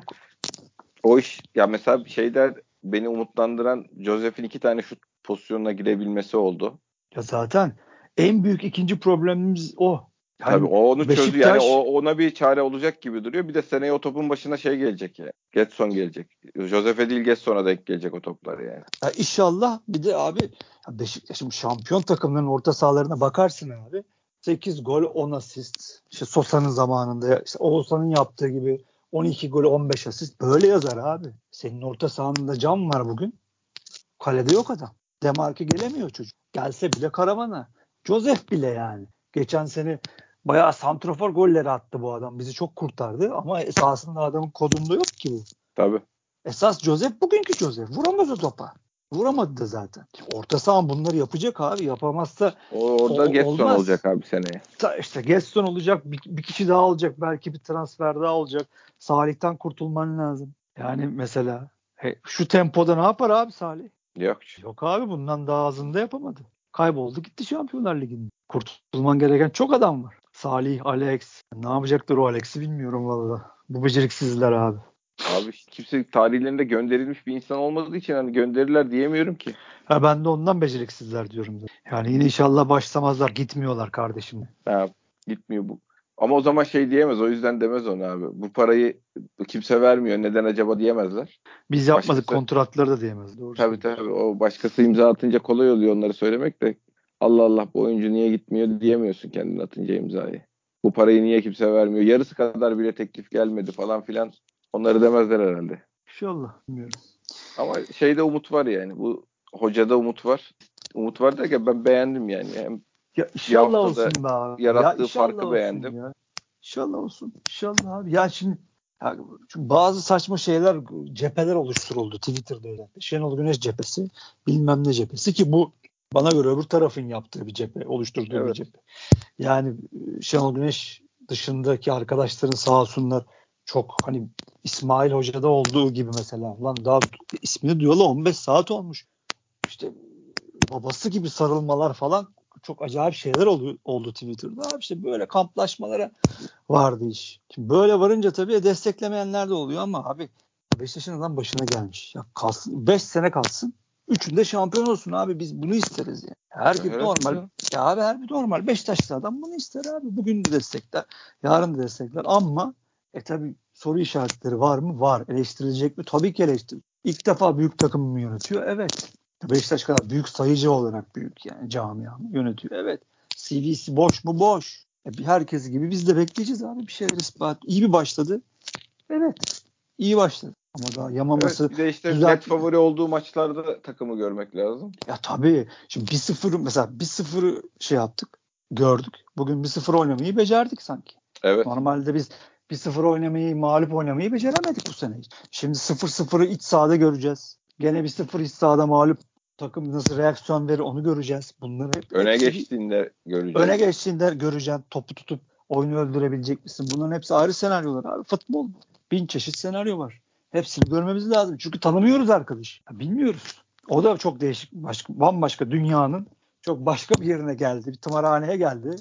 O iş ya, mesela şeyler beni umutlandıran Josef'in iki tane şut pozisyonuna girebilmesi oldu. Ya zaten en büyük ikinci problemimiz o. Tabii Yani o onu çözdü yani, o Beşiktaş ona bir çare olacak gibi duruyor. Bir de seneye o topun başına şey gelecek ya. Getson gelecek. Josef'e değil Getson'a denk gelecek o toplar yani. ya inşallah bir de abi ya Beşiktaş'ın şampiyon takımların orta sahalarına bakarsın abi. sekiz gol on asist. İşte Sosa'nın zamanında işte Oğuzhan'ın yaptığı gibi on iki gol on beş asist. Böyle yazar abi. Senin orta sahanda Can var bugün. Kalede yok adam. Demarke gelemiyor çocuk. Gelse bile karavana. Joseph bile yani. Geçen sene bayağı santrafor golleri attı bu adam. Bizi çok kurtardı ama esasında adamın kodunda yok ki bu. Tabii. Esas Joseph bugünkü Joseph. Vuramaz o topa. Vuramadı da zaten. Orta saha bunları yapacak abi. Yapamazsa O, o, orada o- Getson olmaz. olacak abi seneye. Ta işte Gaston olacak. Bir, bir kişi daha olacak. Belki bir transfer daha olacak. Salih'ten kurtulman lazım. Yani mesela he, şu tempoda ne yapar abi Salih? Yok. Yok abi bundan daha azında yapamadı. Kayboldu gitti Şampiyonlar Ligi'nde. Kurtulman gereken çok adam var. Salih, Alex. Ne yapacaktır o Alex'i bilmiyorum valla. Bu beceriksizler abi. Abi kimse tarihlerinde gönderilmiş bir insan olmadığı için hani gönderirler diyemiyorum ki. Ha, ben de ondan beceriksizler diyorum. Da. Yani yine inşallah başlamazlar. Gitmiyorlar kardeşim. Ha, gitmiyor bu. Ama o zaman şey diyemez. O yüzden demez onu abi. Bu parayı kimse vermiyor. Neden acaba diyemezler. Biz yapmadık Başkası, kontratları da diyemez. Doğru tabii söylüyorsun. tabii, o başkası imza atınca kolay oluyor onları söylemek de. Allah Allah, bu oyuncu niye gitmiyor diyemiyorsun kendin atınca imzayı. Bu parayı niye kimse vermiyor? Yarısı kadar bile teklif gelmedi falan filan. Onları demezler herhalde. İnşallah. Bilmiyorum. Ama şeyde umut var yani. Bu hocada umut var. Umut var derken ben beğendim yani. Hem Ya bir inşallah haftada olsun be abi. Ya yarattığı inşallah farkı olsun beğendim. ya. İnşallah olsun. İnşallah abi. Ya şimdi ya, çünkü bazı saçma şeyler cepheler oluşturuldu Twitter'da öyle. Şenol Güneş cephesi, bilmem ne cephesi ki bu bana göre öbür tarafın yaptığı bir cephe, oluşturduğu bir Evet. cephe. Yani Şenol Güneş dışındaki arkadaşların sağ olsunlar çok hani İsmail Hoca'da olduğu gibi mesela. Lan daha ismini duyalı on beş saat olmuş. İşte babası gibi sarılmalar falan çok acayip şeyler oldu, oldu Twitter'da. Abi işte böyle kamplaşmalara vardı iş. Şimdi böyle varınca tabii desteklemeyenler de oluyor ama abi Beşiktaş'ın adam başına gelmiş. Ya kalsın beş sene kalsın. Üçünde şampiyon olsun abi biz bunu isteriz yani. Her bir Evet. normal. Ya abi her bir normal. Beşiktaşlı adam bunu ister abi. Bugün de destekler. Yarın da destekler. Ama e tabii soru işaretleri var mı? Var. Eleştirilecek mi? Tabii ki eleştirilecek. İlk defa büyük takım mı yönetiyor? Evet. Beşiktaş kadar büyük sayıcı olarak büyük yani camia yönetiyor. Evet. C V'si boş mu? Boş. E, herkes gibi biz de bekleyeceğiz abi bir şeyler ispat. İyi bir başladı. Evet. İyi başladı. Ama daha yamaması Evet, bir de işte düzelt... net favori olduğu maçlarda takımı görmek lazım. Ya tabii. Şimdi bir sıfır mesela bir sıfırı şey yaptık. Gördük. Bugün bir sıfır oynamayı becerdik sanki. Evet. Normalde biz bir sıfır oynamayı, mağlup oynamayı beceremedik bu sene. Şimdi sıfır sıfırı iç sahada göreceğiz. Gene bir sıfır iç sahada mağlup takım nasıl reaksiyon verir onu göreceğiz. Bunları hep Öne hepsi geçtiğinde göreceğiz. öne geçtiğinde göreceğim. Topu tutup oyunu öldürebilecek misin? Bunların hepsi ayrı senaryolar abi. Futbol bin çeşit senaryo var. Hepsini görmemiz lazım. Çünkü tanımıyoruz arkadaş. Ya bilmiyoruz. O da çok değişik, başka, bambaşka dünyanın çok başka bir yerine geldi. Bir tımarhaneye geldi.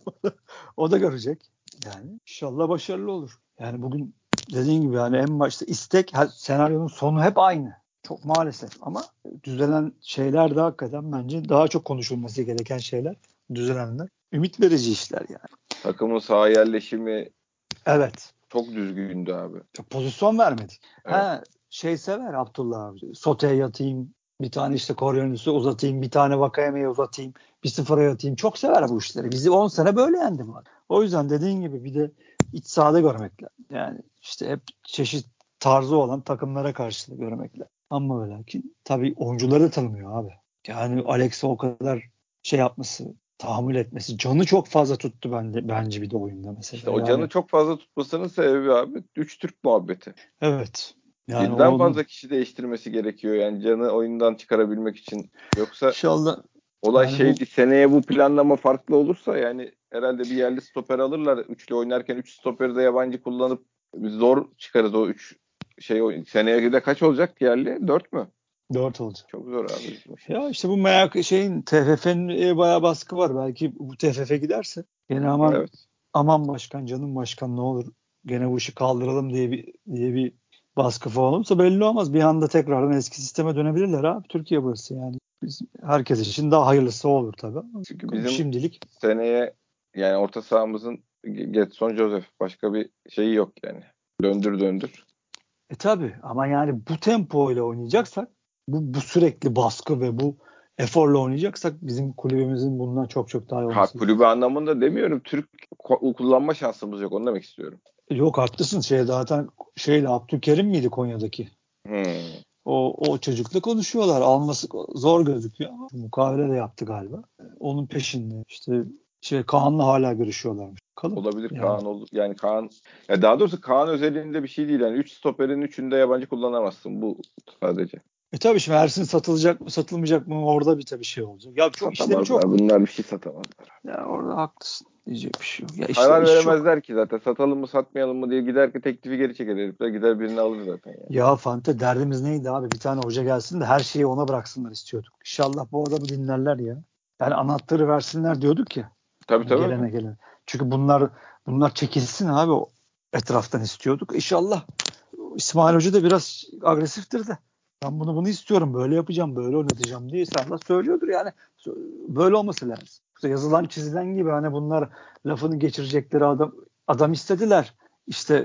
O da görecek. Yani inşallah başarılı olur. Yani bugün dediğin gibi yani en başta istek, senaryonun sonu hep aynı. Çok maalesef ama düzelen şeyler de hakikaten bence daha çok konuşulması gereken şeyler. Düzelenler. Ümit verici işler yani. Takımın saha yerleşimi Evet. çok düzgündü abi. Pozisyon vermedik. Evet. Ha, şey sever Abdullah abi. Soteye yatayım, bir tane işte Coriolis'i uzatayım, bir tane Vakayeme'yi uzatayım, bir sıfıra yatayım. Çok sever bu işleri. Bizi on sene böyle yendi var. O yüzden dediğin gibi bir de iç sahada görmek lazım. Yani işte hep çeşit tarzı olan takımlara karşı da görmek lazım. Ama ve lakin tabii oyuncuları da tanımıyor abi. Yani Alex'e o kadar şey yapması, tahammül etmesi, canı çok fazla tuttu bence, bence bir de oyunda mesela. İşte o canı yani, çok fazla tutmasının sebebi abi üç Türk muhabbeti. Evet. Yani Birden onun, fazla kişi değiştirmesi gerekiyor yani canı oyundan çıkarabilmek için. Yoksa inşallah olay yani şeydi, bu seneye bu planlama farklı olursa yani herhalde bir yerli stoper alırlar. Üçlü oynarken üç stoperi de yabancı kullanıp biz zor çıkarız o üç şey oyun. Seneye de kaç olacak yerli? Dört mü? dört olacak. Çok zor abi bizim işimiz. Ya işte bu merak şeyin T F F'nin bayağı baskı var. Belki bu T F F giderse gene aman Evet. aman başkan canım başkan ne olur gene bu işi kaldıralım diye bir diye bir baskı falan olursa belli olmaz. Bir anda tekrardan eski sisteme dönebilirler abi. Türkiye burası yani. Biz, herkes için daha hayırlısı olur tabii. Çünkü bizim Şimdilik seneye yani orta sahamızın Getson Joseph başka bir şeyi yok yani. Döndür döndür. e tabii ama yani bu tempo ile oynayacaksak bu, bu sürekli baskı ve bu eforla oynayacaksak bizim kulübümüzün bundan çok çok daha iyi Ha olması lazım. kulübü anlamında demiyorum. Türk kullanma şansımız yok. Onu demek istiyorum. Yok haklısın. Şey zaten şeyle Abdülkerim miydi Konya'daki? Hmm. O o çocukla konuşuyorlar. Alması zor gözüküyor ama mukavele de yaptı galiba. Onun peşinde. İşte şey Kaan'la hala görüşüyorlarmış. Bakalım. Olabilir Yani. Kaan olur. Yani Kaan ya daha doğrusu Kaan özelinde bir şey değil. Yani üç stoperin üçünde yabancı kullanamazsın. Bu sadece. E tabii şimdi Ersin satılacak mı satılmayacak mı orada bir tabii şey olacak. Ya çok işleri Satamazlar. çok. Bunlar bir şey satamazlar. Ya orada haklısın. Diyecek bir şey yok. Ya Karar işleri iş çok. veremezler ki zaten. Satalım mı satmayalım mı diye gider ki teklifi geri çeker herifler. Gider birini alır zaten yani. Ya Fante derdimiz neydi abi? Bir tane hoca gelsin de her şeyi ona bıraksınlar istiyorduk. İnşallah bu adamı dinlerler ya. Yani anahtarı versinler diyorduk ya. Tabii Yani tabii. gelene gelene. Çünkü bunlar bunlar çekilsin abi o etraftan istiyorduk. İnşallah İsmail Hoca da biraz agresiftir de. Ben bunu bunu istiyorum. Böyle yapacağım. Böyle oynatacağım diye inşallah söylüyordur yani. Böyle olması lazım. Yoksa yazılan çizilen gibi hani bunlar lafını geçirecekleri adam adam istediler. İşte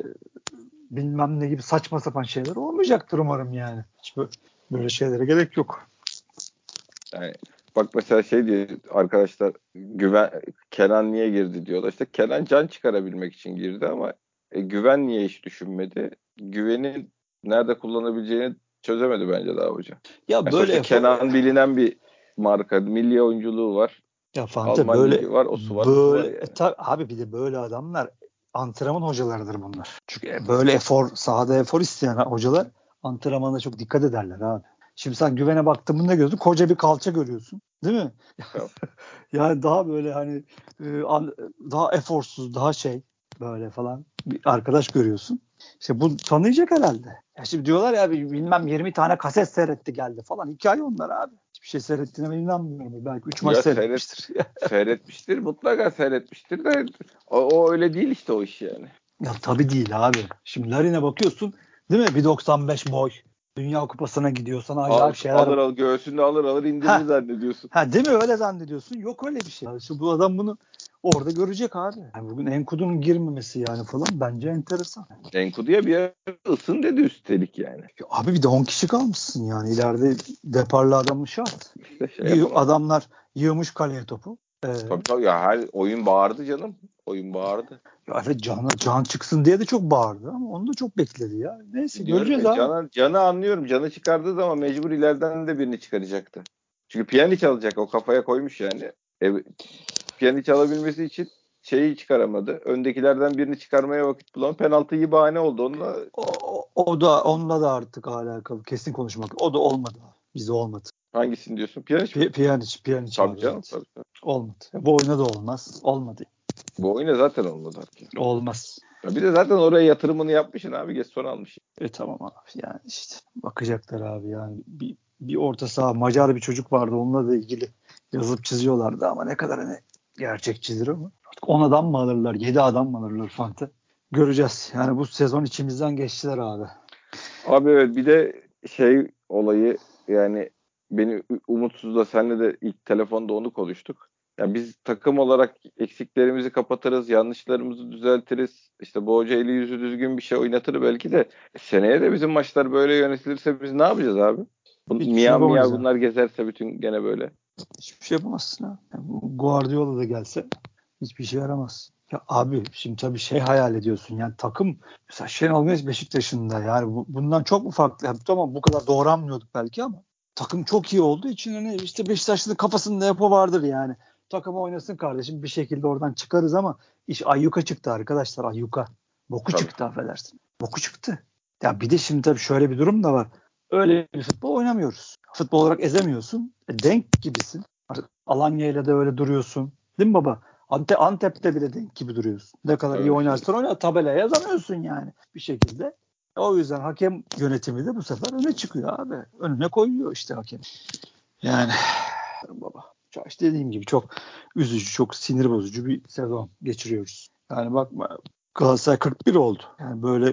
bilmem ne gibi saçma sapan şeyler olmayacaktır umarım yani. Hiç böyle, böyle şeylere gerek yok. Yani bak mesela şey diye arkadaşlar güven Kenan niye girdi diyorlar. İşte Kenan can çıkarabilmek için girdi ama e, güven niye hiç düşünmedi? Güvenin nerede kullanabileceğini çözemedi bence daha hoca. Ya Yani böyle sonuçta efor, Kenan bilinen bir marka. Milli oyunculuğu var. ya Fante Alman böyle ligi var. O su var, bu su var böyle e, yani. ta, abi bir de böyle adamlar antrenman hocalarıdır bunlar. Çünkü böyle efor sahada efor isteyen hocalar antrenmana çok dikkat ederler abi. Şimdi sen güvene baktın mı ne görüyorsun? Koca bir kalça görüyorsun. Değil mi? Tamam. Yani daha böyle hani e, an- daha eforsuz, daha şey böyle falan bir arkadaş görüyorsun. İşte bu tanıyacak herhalde. Ya şimdi diyorlar ya bilmem yirmi tane kaset seyretti geldi falan. Hikaye onlar abi. Hiçbir şey seyrettiğine ben inanmıyorum. Belki üç maç Ya seyret, seyretmiştir. seyretmiştir. Mutlaka seyretmiştir de o, o öyle değil işte o iş yani. Ya tabii değil abi. Şimdi Larin'e bakıyorsun değil mi? bir doksan beş boy. Dünya Kupası'na gidiyor. Sana Al, acayip şeyler. alır alır göğsünde alır alır indirir Ha, zannediyorsun. ha değil mi? Öyle zannediyorsun. Yok öyle bir şey. Yani şu bu adam bunu orada görecek abi. Yani bugün Enkudu'nun girmemesi yani falan bence enteresan. Enkudu'ya bir ara ısın dedi üstelik yani. Ya abi bir de on kişi kalmışsın yani. İleride deparlı adamın şart. İşte şey Yı- yapamadı. Adamlar yığmış kaleye topu. Ee, Tabii tabii ya her oyun bağırdı canım. Oyun bağırdı. Ya evet Can, Can çıksın diye de çok bağırdı ama onu da çok bekledi ya. Neyse Diyorum göreceğiz ya, abi. Can'ı, Can'ı anlıyorum. Can'ı çıkardığı zaman mecbur ileriden de birini çıkaracaktı. Çünkü Pjanic alacak. O kafaya koymuş yani. E, Pjanic alabilmesi için şeyi çıkaramadı. Öndekilerden birini çıkarmaya vakit bulan penaltıyı bahane oldu. Onunla O, o, o da onunla da artık alakalı kesin konuşmak. O da olmadı. Bizde olmadı. hangisini diyorsun? Pjanic mi? P- Pjanic, Pjanic Tabii abi canım. evet. Tabii, tabii. Olmadı. Ya, bu oyuna da olmaz. Olmadı. Bu oyuna zaten olmadı artık. Olmaz. Ya bir de zaten oraya yatırımını yapmışsın abi. Geç sonra almışsın. E tamam abi yani işte bakacaklar abi yani bir, bir orta saha Macar bir çocuk vardı onunla da ilgili yazıp çiziyorlardı ama ne kadar hani gerçekçidir ama artık on adam mı alırlar yedi adam mı alırlar Fante göreceğiz yani bu sezon içimizden geçtiler abi. Abi evet, bir de şey olayı yani beni umutsuz da senle de ilk telefonda onu konuştuk. Ya biz takım olarak eksiklerimizi kapatırız, yanlışlarımızı düzeltiriz. İşte bu hoca eli yüzü düzgün bir şey oynatır belki de. E, seneye de bizim maçlar böyle yönetilirse biz ne yapacağız abi? Bu, Hiçbir şey miyav miyav yapamayız abi. bunlar gezerse bütün gene böyle. Hiçbir şey yapamazsın ha. Yani Guardiola da gelse hiçbir şey yaramaz. Ya abi şimdi tabii şey hayal ediyorsun yani takım mesela Şenol Güneş Beşiktaş'ında yani bu, bundan çok mu farklı? Yani, tamam bu kadar doğranmıyorduk belki ama takım çok iyi olduğu için hani işte Beşiktaşlı'nın kafasında yapı vardır yani. Takım oynasın kardeşim bir şekilde oradan çıkarız ama iş ayyuka çıktı arkadaşlar ayyuka. Boku Tabii. çıktı affedersin. Boku çıktı. Ya bir de şimdi tabii şöyle bir durum da var. Öyle bir futbol oynamıyoruz. Futbol olarak ezemiyorsun. E, denk gibisin. Artık Alanya'yla da öyle duruyorsun. Değil mi baba? Ante, Antep'te bile denk gibi duruyorsun. Ne kadar iyi Öyle şey. oynarsan oyna tabelaya yazamıyorsun yani bir şekilde. O yüzden hakem yönetimi de bu sefer öne çıkıyor abi. Önüne koyuyor işte hakem. Yani baba. İşte dediğim gibi çok üzücü, çok sinir bozucu bir sezon geçiriyoruz. Yani bakma Galatasaray kırk bir oldu. Yani böyle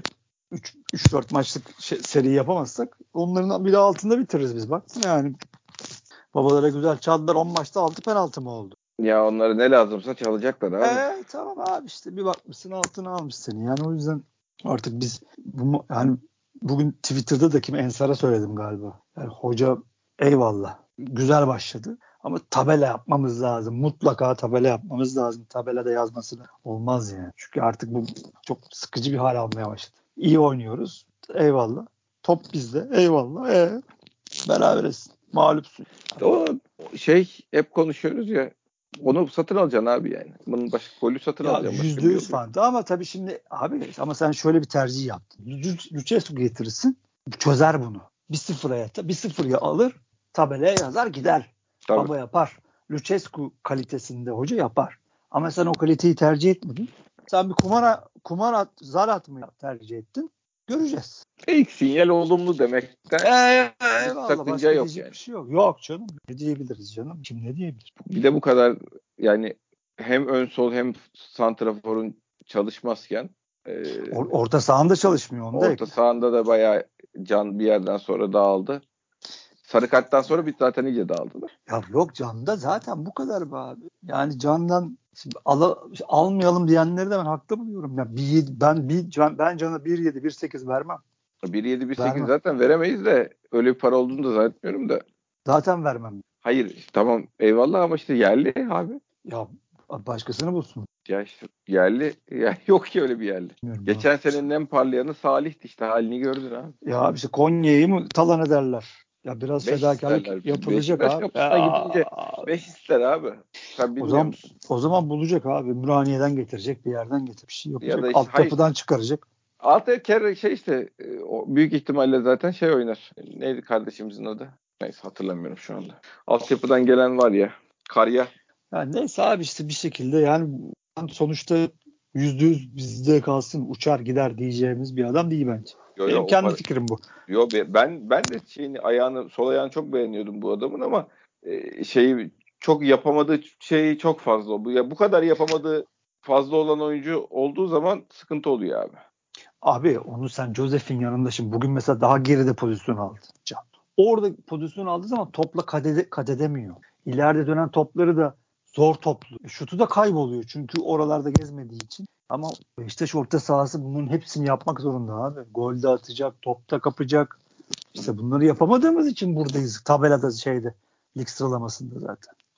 üç dört maçlık şey, seri yapamazsak onların bile altında bitiririz biz. Bak yani babalara güzel çaldılar on maçta altı penaltı mı oldu? Ya onlara ne lazımsa çalacaklar abi. Eee tamam abi işte bir bakmışsın altına almış seni. Yani o yüzden artık biz bu, yani bugün Twitter'da da kim Ensar'a söyledim galiba. Yani hoca eyvallah güzel başladı ama tabela yapmamız lazım. Mutlaka tabela yapmamız lazım. Tabelada yazmasını olmaz yani. Çünkü artık bu çok sıkıcı bir hal almaya başladı. İyi oynuyoruz. Eyvallah. Top bizde. Eyvallah. Ee, beraberiz. Mağlupsun. O şey hep konuşuyoruz ya. Onu satın alacaksın abi yani. Bunun başka golü satın Ya alacaksın. Başka yüzde bir yüz yolu yok. Fanta ama tabii şimdi abi ama sen şöyle bir tercih yaptın. Lucescu getirirsin. Çözer bunu. Bir sıfıra yatar. Bir sıfır alır. Tabelaya yazar gider. Tabii. Baba yapar. Lucescu kalitesinde hoca yapar. Ama sen o kaliteyi tercih etmedin. Sen bir kumara kumar at, zar atmayı tercih ettin. Göreceğiz. İlk sinyal olumlu demekten Ee, bir eyvallah sakınca başka yok diyecek yani. bir şey yok. Yok canım. Ne diyebiliriz canım? Kim ne diyebilir? Bir de bu kadar yani hem ön sol hem santraforun çalışmazken e, Or- orta sahanda çalışmıyor onu da orta ekle. sahanda da bayağı can bir yerden sonra dağıldı. Sarı karttan sonra bir zaten iyice dağıldı da. Ya yok Can'da zaten bu kadar be abi. Yani Can'dan şimdi ala, almayalım diyenleri de ben haklı buluyorum. Ya bir, ben bir can, ben Can'a bir yedi bir sekiz vermem. bir yedi bir sekiz Vermem. zaten veremeyiz de öyle bir para olduğunu da zannetmiyorum da. Zaten vermem. Hayır tamam eyvallah ama işte yerli abi. Ya başkasını bulsun. Ya işte yerli ya yok ki öyle bir yerli. Bilmiyorum abi. Geçen senenin en parlayanı Salih'ti işte halini gördün abi. Ya abi işte Konya'yı mı talan ederler? Ya biraz Beş isterler. fedakarlık yapılacak Beşiktaş abi. kapısına gidince Ya, beş ister abi. Sen o bilmiyor zaman musun? o zaman bulacak abi. Ümraniye'den getirecek bir yerden getir bir şey Ya yapacak. da işte hayır. Altyapıdan çıkaracak. Altı kere şey işte e, o büyük ihtimalle zaten şey oynar. Neydi kardeşimizin adı? Neyse hatırlamıyorum şu anda. Altyapıdan gelen var ya. Karya. Yani neyse abi işte bir şekilde yani sonuçta yüzde yüz bizde kalsın uçar gider diyeceğimiz bir adam değil bence. Yo yo Benim o kendi para. fikrim bu. Yo be- ben ben de şeyini ayağını sol ayağını çok beğeniyordum bu adamın ama e, şeyi çok yapamadığı şeyi çok fazla oldu. Ya bu kadar yapamadığı fazla olan oyuncu olduğu zaman sıkıntı oluyor abi. Abi onu sen Josef'in yanında şimdi bugün mesela daha geride pozisyon aldı Can. Orada pozisyon aldığı zaman topla kat, ede, kat edemiyor. İleride dönen topları da zor toplu. Şutu da kayboluyor çünkü oralarda gezmediği için. Ama Beşiktaş orta sahası bunun hepsini yapmak zorunda abi. Gol de atacak, top da kapacak. İşte bunları yapamadığımız için buradayız tabelada şeyde lig sıralamasında zaten.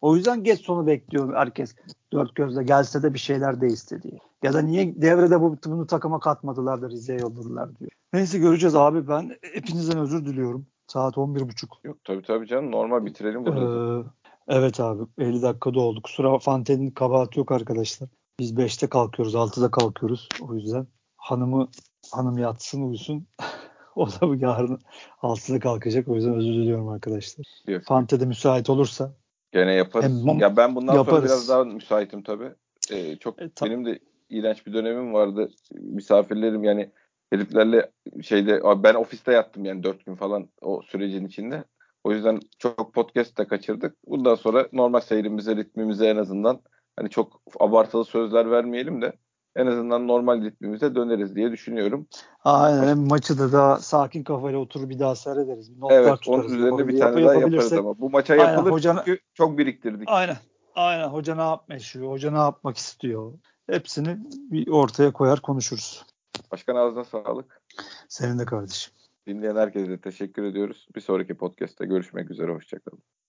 O yüzden geç sonu bekliyor herkes. Dört gözle gelse de bir şeyler değişti diye. Ya da niye devrede bu, bunu takıma katmadılar da Rize'ye yolladılar diyor. Neyse göreceğiz abi. Ben hepinizden özür diliyorum. Saat on bir buçuk. Yok tabii tabii canım. Normal bitirelim burada. Ee, evet abi. elli dakikada oldu. Kusura Fante'nin kabahati yok arkadaşlar. Biz beşte kalkıyoruz. altıda kalkıyoruz. O yüzden hanımı hanım yatsın uyusun. O da bu yarın altıda kalkacak. O yüzden özür diliyorum arkadaşlar. Yok, yok. Fante de müsait olursa Gene yaparız. hem Ya ben bundan sonra biraz yaparız. daha müsaitim tabii. Ee, çok E, ta- benim de iğrenç bir dönemim vardı. Misafirlerim yani heriflerle şeyde abi ben ofiste yattım yani dört gün falan o sürecin içinde. O yüzden çok podcast da kaçırdık. Bundan sonra normal seyrimize, ritmimize en azından hani çok abartılı sözler vermeyelim de en azından normal ritmimize döneriz diye düşünüyorum. Aynen. Baş- Hem maçı da daha sakin kafayla oturur bir daha seyrederiz. Notlar Evet, onun tutarız. üzerine bir Yapabilir, yap- tane daha yaparız yapabilirsek. ama bu maça Aynen. yapılır Hoca, çünkü çok biriktirdik. aynen. Aynen. Hoca ne yapmak istiyor? Hoca ne yapmak istiyor? Hepsini bir ortaya koyar konuşuruz. Başkan ağzına sağlık. Senin de kardeşim. Dinleyen herkese teşekkür ediyoruz. Bir sonraki podcast'te görüşmek üzere. Hoşçakalın.